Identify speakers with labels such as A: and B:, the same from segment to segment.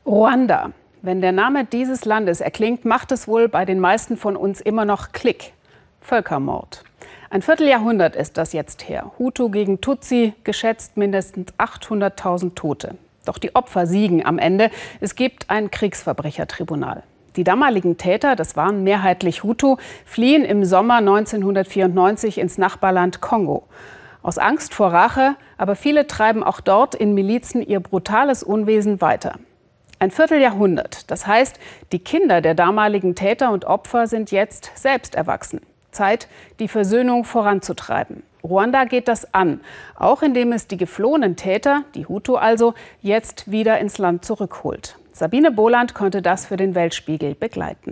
A: Ruanda. Wenn der Name dieses Landes erklingt, macht es wohl bei den meisten von uns immer noch Klick. Völkermord. Ein Vierteljahrhundert ist das jetzt her. Hutu gegen Tutsi, geschätzt mindestens 800.000 Tote. Doch die Opfer siegen am Ende. Es gibt ein Kriegsverbrechertribunal. Die damaligen Täter, das waren mehrheitlich Hutu, fliehen im Sommer 1994 ins Nachbarland Kongo. Aus Angst vor Rache, aber viele treiben auch dort in Milizen ihr brutales Unwesen weiter. Ein Vierteljahrhundert. Das heißt, die Kinder der damaligen Täter und Opfer sind jetzt selbst erwachsen. Zeit, die Versöhnung voranzutreiben. Ruanda geht das an, auch indem es die geflohenen Täter, die Hutu also, jetzt wieder ins Land zurückholt. Sabine Boland konnte das für den Weltspiegel begleiten.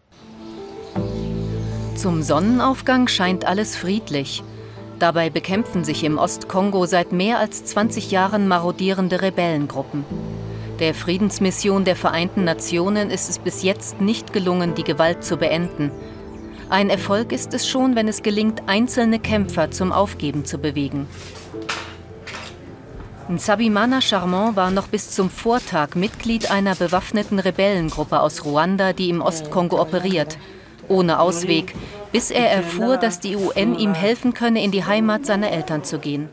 B: Zum Sonnenaufgang scheint alles friedlich. Dabei bekämpfen sich im Ostkongo seit mehr als 20 Jahren marodierende Rebellengruppen. Der Friedensmission der Vereinten Nationen ist es bis jetzt nicht gelungen, die Gewalt zu beenden. Ein Erfolg ist es schon, wenn es gelingt, einzelne Kämpfer zum Aufgeben zu bewegen. Nsabimana Charmant war noch bis zum Vortag Mitglied einer bewaffneten Rebellengruppe aus Ruanda, die im Ostkongo operiert. Ohne Ausweg, bis er erfuhr, dass die UN ihm helfen könne, in die Heimat seiner Eltern zu gehen.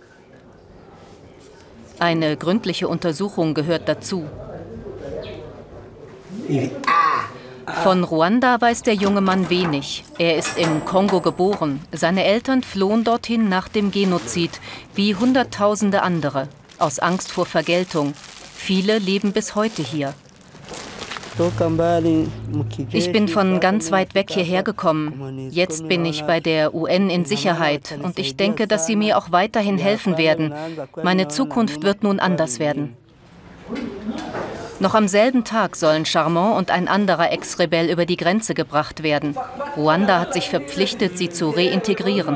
B: Eine gründliche Untersuchung gehört dazu. Von Ruanda weiß der junge Mann wenig. Er ist im Kongo geboren. Seine Eltern flohen dorthin nach dem Genozid, wie Hunderttausende andere, aus Angst vor Vergeltung. Viele leben bis heute hier. Ich bin von ganz weit weg hierher gekommen. Jetzt bin ich bei der UN in Sicherheit und ich denke, dass sie mir auch weiterhin helfen werden. Meine Zukunft wird nun anders werden. Noch am selben Tag sollen Charmant und ein anderer Ex-Rebell über die Grenze gebracht werden. Ruanda hat sich verpflichtet, sie zu reintegrieren.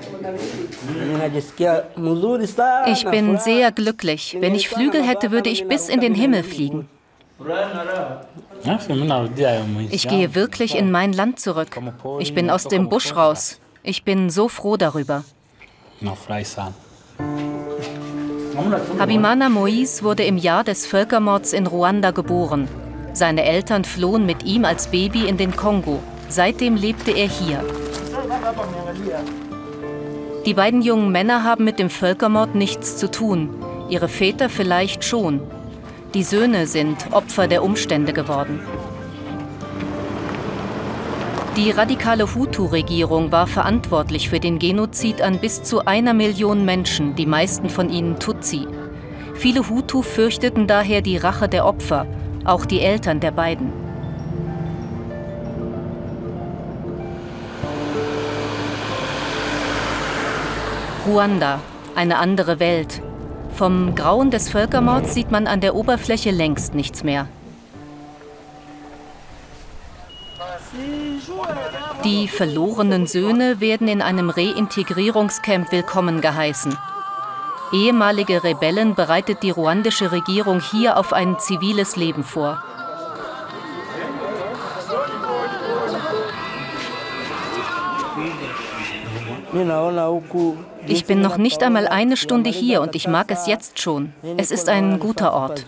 B: Ich bin sehr glücklich. Wenn ich Flügel hätte, würde ich bis in den Himmel fliegen. Ich gehe wirklich in mein Land zurück. Ich bin aus dem Busch raus. Ich bin so froh darüber. Habimana Moïse wurde im Jahr des Völkermords in Ruanda geboren. Seine Eltern flohen mit ihm als Baby in den Kongo. Seitdem lebte er hier. Die beiden jungen Männer haben mit dem Völkermord nichts zu tun. Ihre Väter vielleicht schon. Die Söhne sind Opfer der Umstände geworden. Die radikale Hutu-Regierung war verantwortlich für den Genozid an bis zu 1 Million Menschen, die meisten von ihnen Tutsi. Viele Hutu fürchteten daher die Rache der Opfer, auch die Eltern der beiden. Ruanda, eine andere Welt. Vom Grauen des Völkermords sieht man an der Oberfläche längst nichts mehr. Die verlorenen Söhne werden in einem Reintegrierungscamp willkommen geheißen. Ehemalige Rebellen bereitet die ruandische Regierung hier auf ein ziviles Leben vor. Ich bin noch nicht einmal 1 Stunde hier und ich mag es jetzt schon. Es ist ein guter Ort.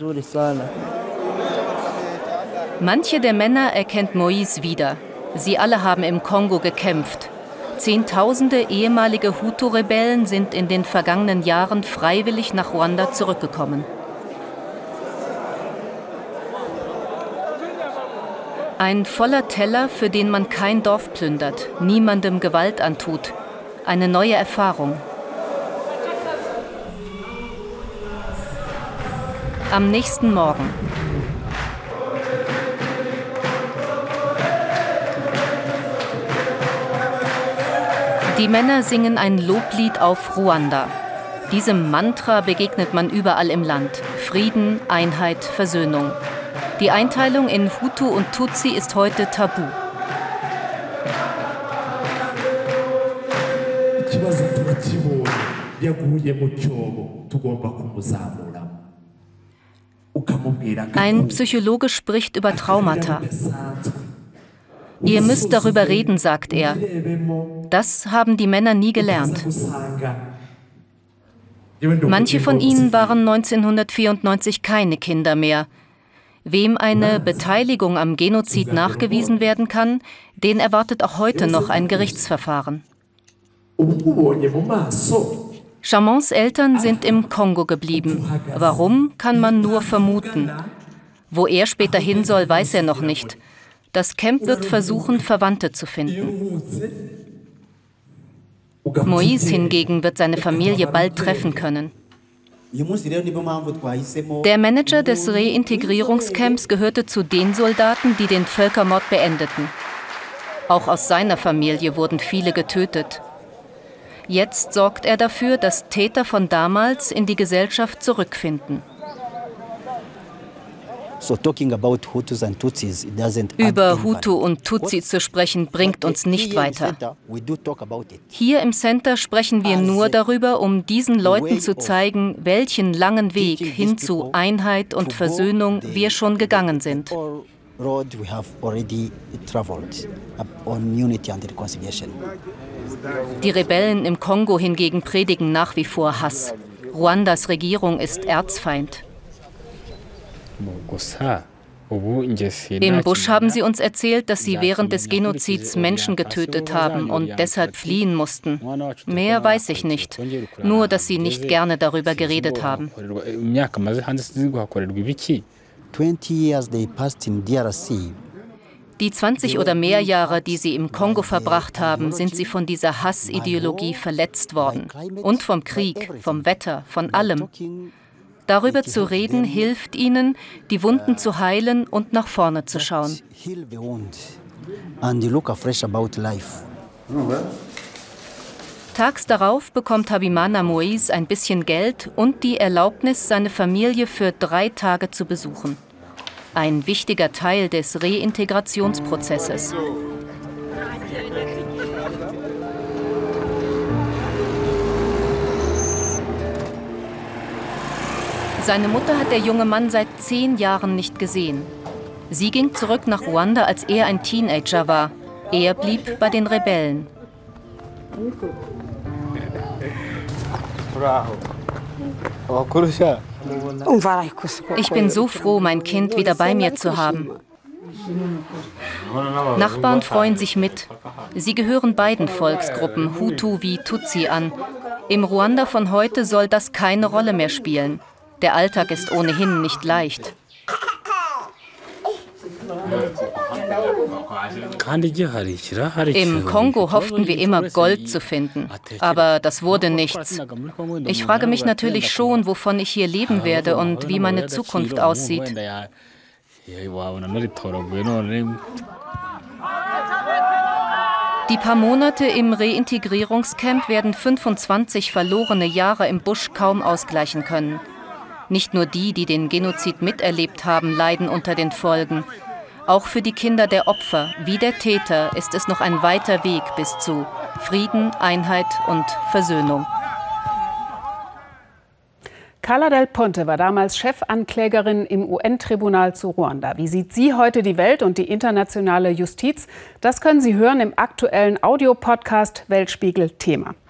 B: Manche der Männer erkennt Moïse wieder. Sie alle haben im Kongo gekämpft. Zehntausende ehemalige Hutu-Rebellen sind in den vergangenen Jahren freiwillig nach Ruanda zurückgekommen. Ein voller Teller, für den man kein Dorf plündert, niemandem Gewalt antut. Eine neue Erfahrung. Am nächsten Morgen. Die Männer singen ein Loblied auf Ruanda. Diesem Mantra begegnet man überall im Land. Frieden, Einheit, Versöhnung. Die Einteilung in Hutu und Tutsi ist heute tabu. Ein Psychologe spricht über Traumata. Ihr müsst darüber reden, sagt er. Das haben die Männer nie gelernt. Manche von ihnen waren 1994 keine Kinder mehr. Wem eine Beteiligung am Genozid nachgewiesen werden kann, den erwartet auch heute noch ein Gerichtsverfahren. Chamons Eltern sind im Kongo geblieben. Warum, kann man nur vermuten. Wo er später hin soll, weiß er noch nicht. Das Camp wird versuchen, Verwandte zu finden. Moïse hingegen wird seine Familie bald treffen können. Der Manager des Reintegrierungscamps gehörte zu den Soldaten, die den Völkermord beendeten. Auch aus seiner Familie wurden viele getötet. Jetzt sorgt er dafür, dass Täter von damals in die Gesellschaft zurückfinden. Über Hutu und Tutsi zu sprechen, bringt uns nicht weiter. Hier im Center sprechen wir nur darüber, um diesen Leuten zu zeigen, welchen langen Weg hin zu Einheit und Versöhnung wir schon gegangen sind. Die Rebellen im Kongo hingegen predigen nach wie vor Hass. Ruandas Regierung ist Erzfeind. Im Busch haben sie uns erzählt, dass sie während des Genozids Menschen getötet haben und deshalb fliehen mussten. Mehr weiß ich nicht, nur dass sie nicht gerne darüber geredet haben.
C: 20 years they passed in DRC.
B: Die 20 oder mehr Jahre, die sie im Kongo verbracht haben, sind sie von dieser Hassideologie verletzt worden. Und vom Krieg, vom Wetter, von allem. Darüber zu reden, hilft ihnen, die Wunden zu heilen und nach vorne zu schauen. Tags darauf bekommt Habimana Moïse ein bisschen Geld und die Erlaubnis, seine Familie für 3 Tage zu besuchen. Ein wichtiger Teil des Reintegrationsprozesses. Seine Mutter hat der junge Mann seit 10 Jahren nicht gesehen. Sie ging zurück nach Ruanda, als er ein Teenager war. Er blieb bei den Rebellen. Ich bin so froh, mein Kind wieder bei mir zu haben. Nachbarn freuen sich mit. Sie gehören beiden Volksgruppen, Hutu wie Tutsi, an. Im Ruanda von heute soll das keine Rolle mehr spielen. Der Alltag ist ohnehin nicht leicht. Im Kongo hofften wir immer, Gold zu finden. Aber das wurde nichts. Ich frage mich natürlich schon, wovon ich hier leben werde und wie meine Zukunft aussieht. Die paar Monate im Reintegrierungscamp werden 25 verlorene Jahre im Busch kaum ausgleichen können. Nicht nur die, die den Genozid miterlebt haben, leiden unter den Folgen. Auch für die Kinder der Opfer wie der Täter ist es noch ein weiter Weg bis zu Frieden, Einheit und Versöhnung.
A: Carla Del Ponte war damals Chefanklägerin im UN-Tribunal zu Ruanda. Wie sieht sie heute die Welt und die internationale Justiz? Das können Sie hören im aktuellen Audiopodcast Weltspiegel Thema.